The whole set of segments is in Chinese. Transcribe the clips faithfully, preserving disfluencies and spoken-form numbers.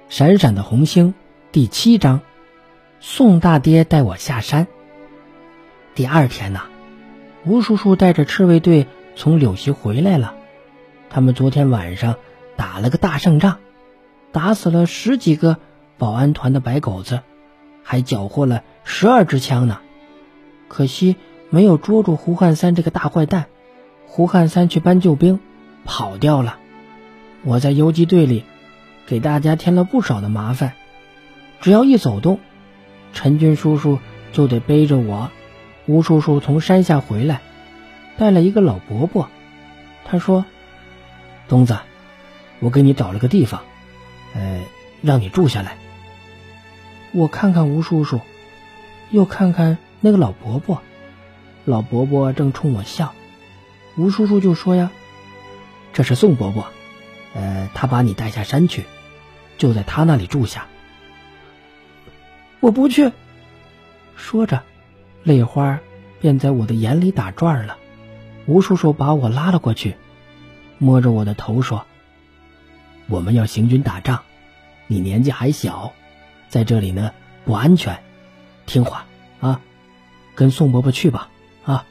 闪闪的红星第七章，宋大爹带我下山。第二天呐，吴叔叔带着赤卫队从柳溪回来了。他们昨天晚上打了个大胜仗，打死了十几个保安团的白狗子，还缴获了十二支枪呢。可惜没有捉住胡汉三这个大坏蛋，胡汉三去搬救兵跑掉了。我在游击队里给大家添了不少的麻烦，只要一走动，陈军叔叔就得背着我。吴叔叔从山下回来，带了一个老伯伯。他说：东子，我给你找了个地方，呃，让你住下来。我看看吴叔叔，又看看那个老伯伯，老伯伯正冲我笑。吴叔叔就说呀：这是宋伯伯，呃，他把你带下山去，就在他那里住下。我不去。说着，泪花便在我的眼里打转了。吴叔叔把我拉了过去，摸着我的头说：我们要行军打仗，你年纪还小，在这里呢不安全，听话啊，跟宋伯伯去吧啊。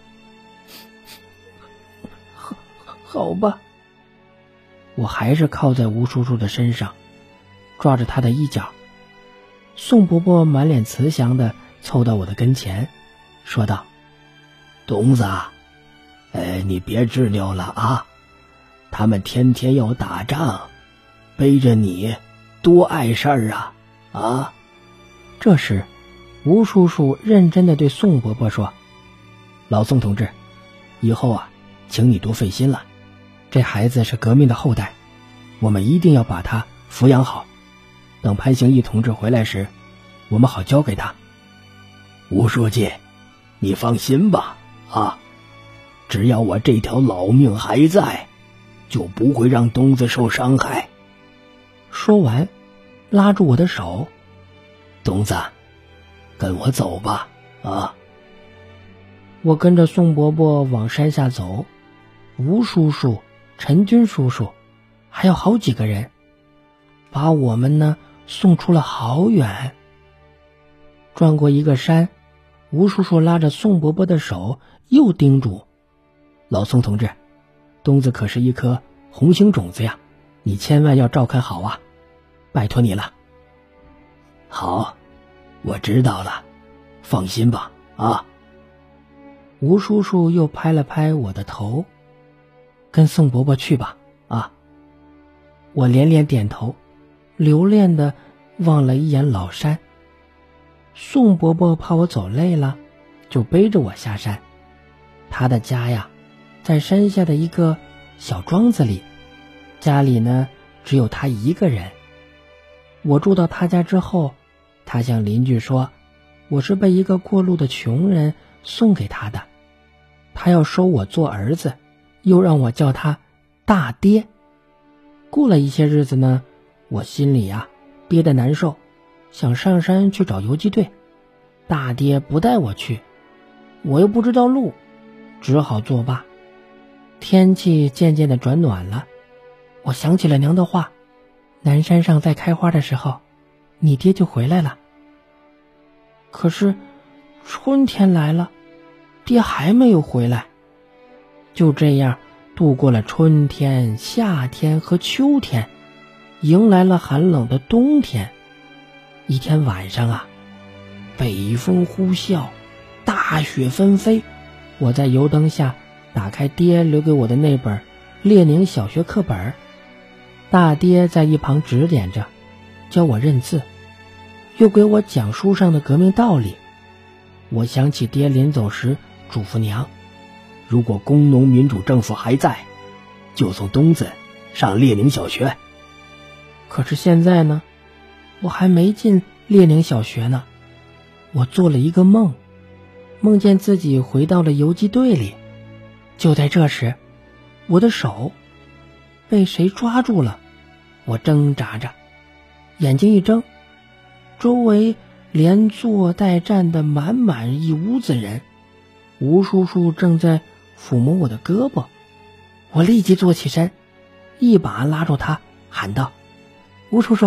好好吧。我还是靠在吴叔叔的身上，抓着他的衣角。宋伯伯满脸慈祥地凑到我的跟前，说道：东子啊，哎，你别执拗了啊，他们天天要打仗，背着你多碍事儿啊啊！这时吴叔叔认真地对宋伯伯说：老宋同志，以后啊，请你多费心了，这孩子是革命的后代，我们一定要把他抚养好，等潘兴义同志回来时，我们好交给他。吴书记，你放心吧啊，只要我这条老命还在，就不会让东子受伤害。说完，拉住我的手：东子，跟我走吧啊！我跟着宋伯伯往山下走，吴叔叔、陈军叔叔还有好几个人，把我们呢送出了好远。转过一个山，吴叔叔拉着宋伯伯的手，又叮嘱：老宋同志，东子可是一颗红星种子呀，你千万要照看好啊，拜托你了。好，我知道了，放心吧啊。吴叔叔又拍了拍我的头：跟宋伯伯去吧啊。我连连点头，留恋地望了一眼老山。宋伯伯怕我走累了，就背着我下山。他的家呀，在山下的一个小庄子里，家里呢只有他一个人。我住到他家之后，他向邻居说，我是被一个过路的穷人送给他的，他要收我做儿子，又让我叫他大爹。过了一些日子呢，我心里呀憋得难受，想上山去找游击队，大爹不带我去，我又不知道路，只好作罢。天气渐渐的转暖了，我想起了娘的话，南山上在开花的时候，你爹就回来了。可是春天来了，爹还没有回来。就这样度过了春天、夏天和秋天，迎来了寒冷的冬天。一天晚上啊，北风呼啸，大雪纷飞，我在油灯下打开爹留给我的那本列宁小学课本，大爹在一旁指点着，教我认字，又给我讲书上的革命道理。我想起爹临走时嘱咐娘，如果工农民主政府还在，就送东子上列宁小学。可是现在呢，我还没进列宁小学呢。我做了一个梦，梦见自己回到了游击队里。就在这时，我的手被谁抓住了，我挣扎着，眼睛一睁，周围连坐带站的满满一屋子人，吴叔叔正在抚摸我的胳膊。我立即坐起身，一把拉住他，喊道：吴叔叔，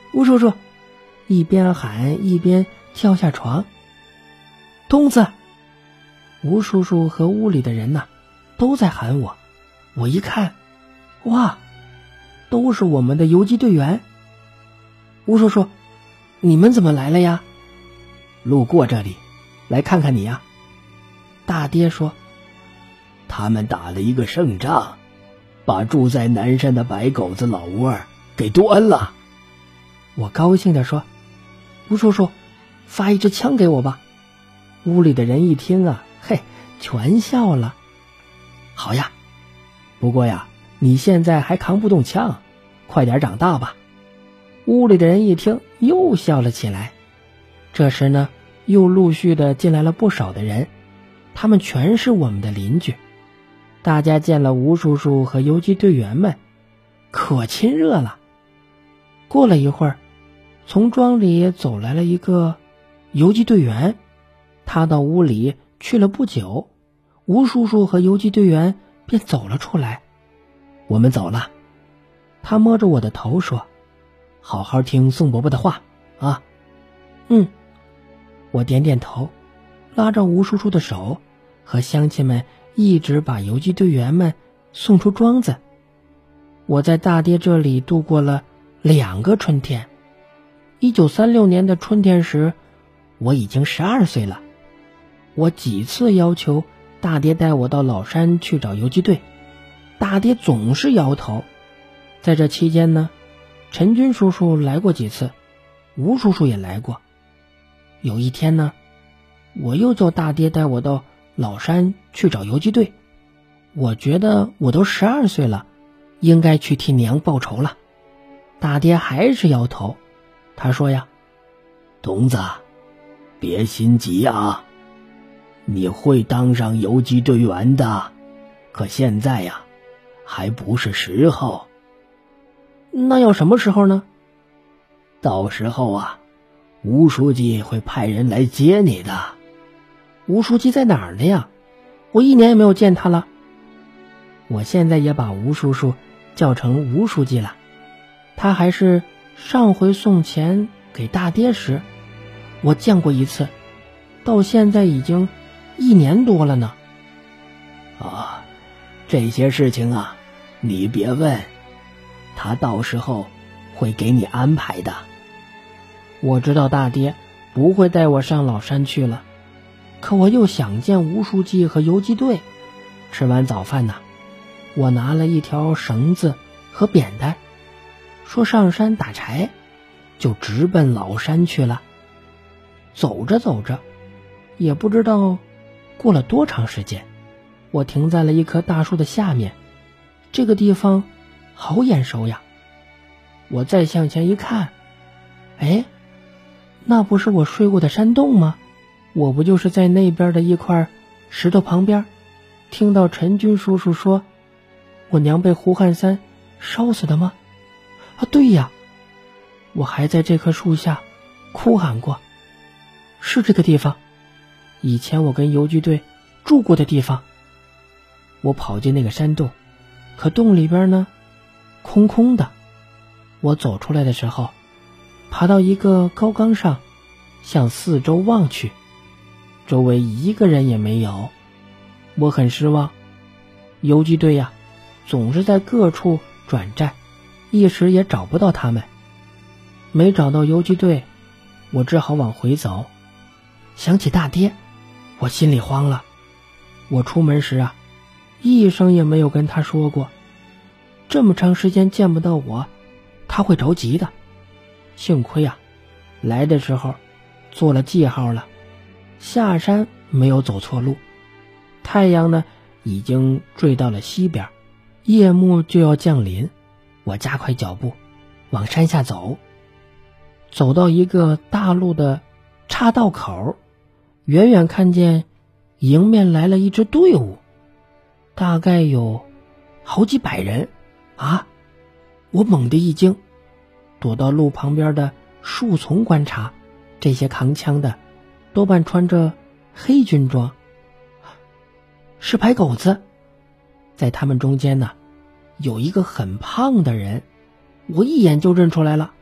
吴叔叔！”一边喊一边跳下床。东子！吴叔叔和屋里的人呐、啊，都在喊我。我一看，哇，都是我们的游击队员。吴叔叔，你们怎么来了呀？路过这里，来看看你呀。大爹说， 他们打了一个胜仗，把住在南山的白狗子老窝给端了。 我高兴地说，吴叔叔，发一支枪给我吧。屋里的人一听啊，嘿，全笑了。好呀，不过呀，你现在还扛不动枪，快点长大吧。屋里的人一听又笑了起来。这时呢，又陆续的进来了不少的人，他们全是我们的邻居。大家见了吴叔叔和游击队员们，可亲热了。过了一会儿，从庄里走来了一个游击队员，他到屋里去了不久，吴叔叔和游击队员便走了出来。我们走了。他摸着我的头说，好好听宋伯伯的话啊。嗯，我点点头，拉着吴叔叔的手，和乡亲们一直把游击队员们送出庄子。我在大爹这里度过了两个春天。一九三六年的春天时，我已经十二岁了。我几次要求大爹带我到老山去找游击队，大爹总是摇头。在这期间呢，陈军叔叔来过几次，吴叔叔也来过。有一天呢，我又叫大爹带我到老山去找游击队。我觉得我都十二岁了，应该去替娘报仇了。大爹还是摇头。他说呀， 童子，别心急啊，你会当上游击队员的，可现在呀，还不是时候。 那要什么时候呢？ 到时候啊，吴书记会派人来接你的。 吴书记在哪儿呢呀？我一年也没有见他了。我现在也把吴叔叔叫成吴书记了。他还是上回送钱给大爹时，我见过一次，到现在已经一年多了呢。 啊，这些事情啊，你别问，他到时候会给你安排的。 我知道大爹不会带我上老山去了，可我又想见吴书记和游击队。吃完早饭呢，我拿了一条绳子和扁担，说上山打柴，就直奔老山去了。走着走着，也不知道过了多长时间，我停在了一棵大树的下面。这个地方好眼熟呀！我再向前一看，哎，那不是我睡过的山洞吗？我不就是在那边的一块石头旁边，听到陈军叔叔说我娘被胡汉三烧死的吗？啊，对呀，我还在这棵树下哭喊过。是这个地方，以前我跟游击队住过的地方。我跑进那个山洞，可洞里边呢，空空的。我走出来的时候，爬到一个高岗上，向四周望去，周围一个人也没有。我很失望，游击队呀，总是在各处转战，一时也找不到他们。没找到游击队，我只好往回走。想起大爹，我心里慌了。我出门时啊，一声也没有跟他说过。这么长时间见不到我，他会着急的。幸亏啊，来的时候做了记号了，下山没有走错路。太阳呢，已经坠到了西边，夜幕就要降临。我加快脚步往山下走，走到一个大路的岔道口，远远看见迎面来了一支队伍，大概有好几百人啊！我猛地一惊，躲到路旁边的树丛观察。这些扛枪的多半穿着黑军装，是白狗子。在他们中间呢，有一个很胖的人，我一眼就认出来了，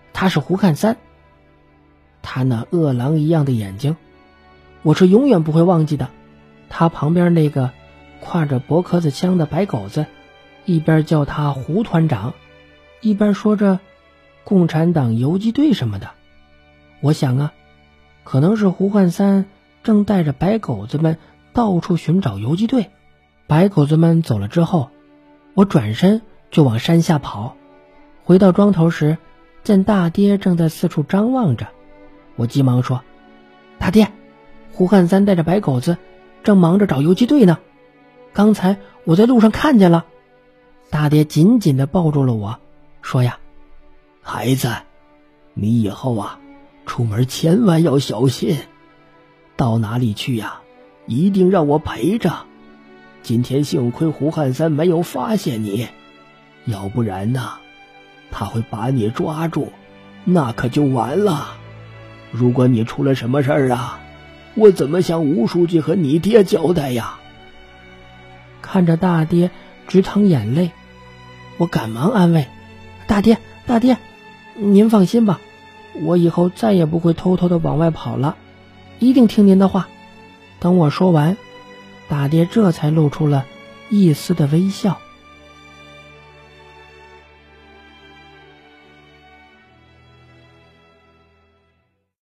他是胡汉三。他那饿狼一样的眼睛，我是永远不会忘记的。他旁边那个挎着薄壳子枪的白狗子，一边叫他胡团长，一边说着共产党游击队什么的。我想啊，可能是胡汉三正带着白狗子们到处寻找游击队。白狗子们走了之后，我转身就往山下跑。回到庄头时，见大爹正在四处张望着。我急忙说：大爹，胡汉三带着白狗子正忙着找游击队呢，刚才我在路上看见了。大爹紧紧地抱住了我，说呀： 孩子，你以后啊出门千万要小心，到哪里去呀一定让我陪着。今天幸亏胡汉三没有发现你，要不然呢他会把你抓住，那可就完了。如果你出了什么事儿啊，我怎么向吴书记和你爹交代呀？ 看着大爹直淌眼泪，我赶忙安慰：大爹大爹，您放心吧，我以后再也不会偷偷的往外跑了，一定听您的话。等我说完，大爹这才露出了一丝的微笑。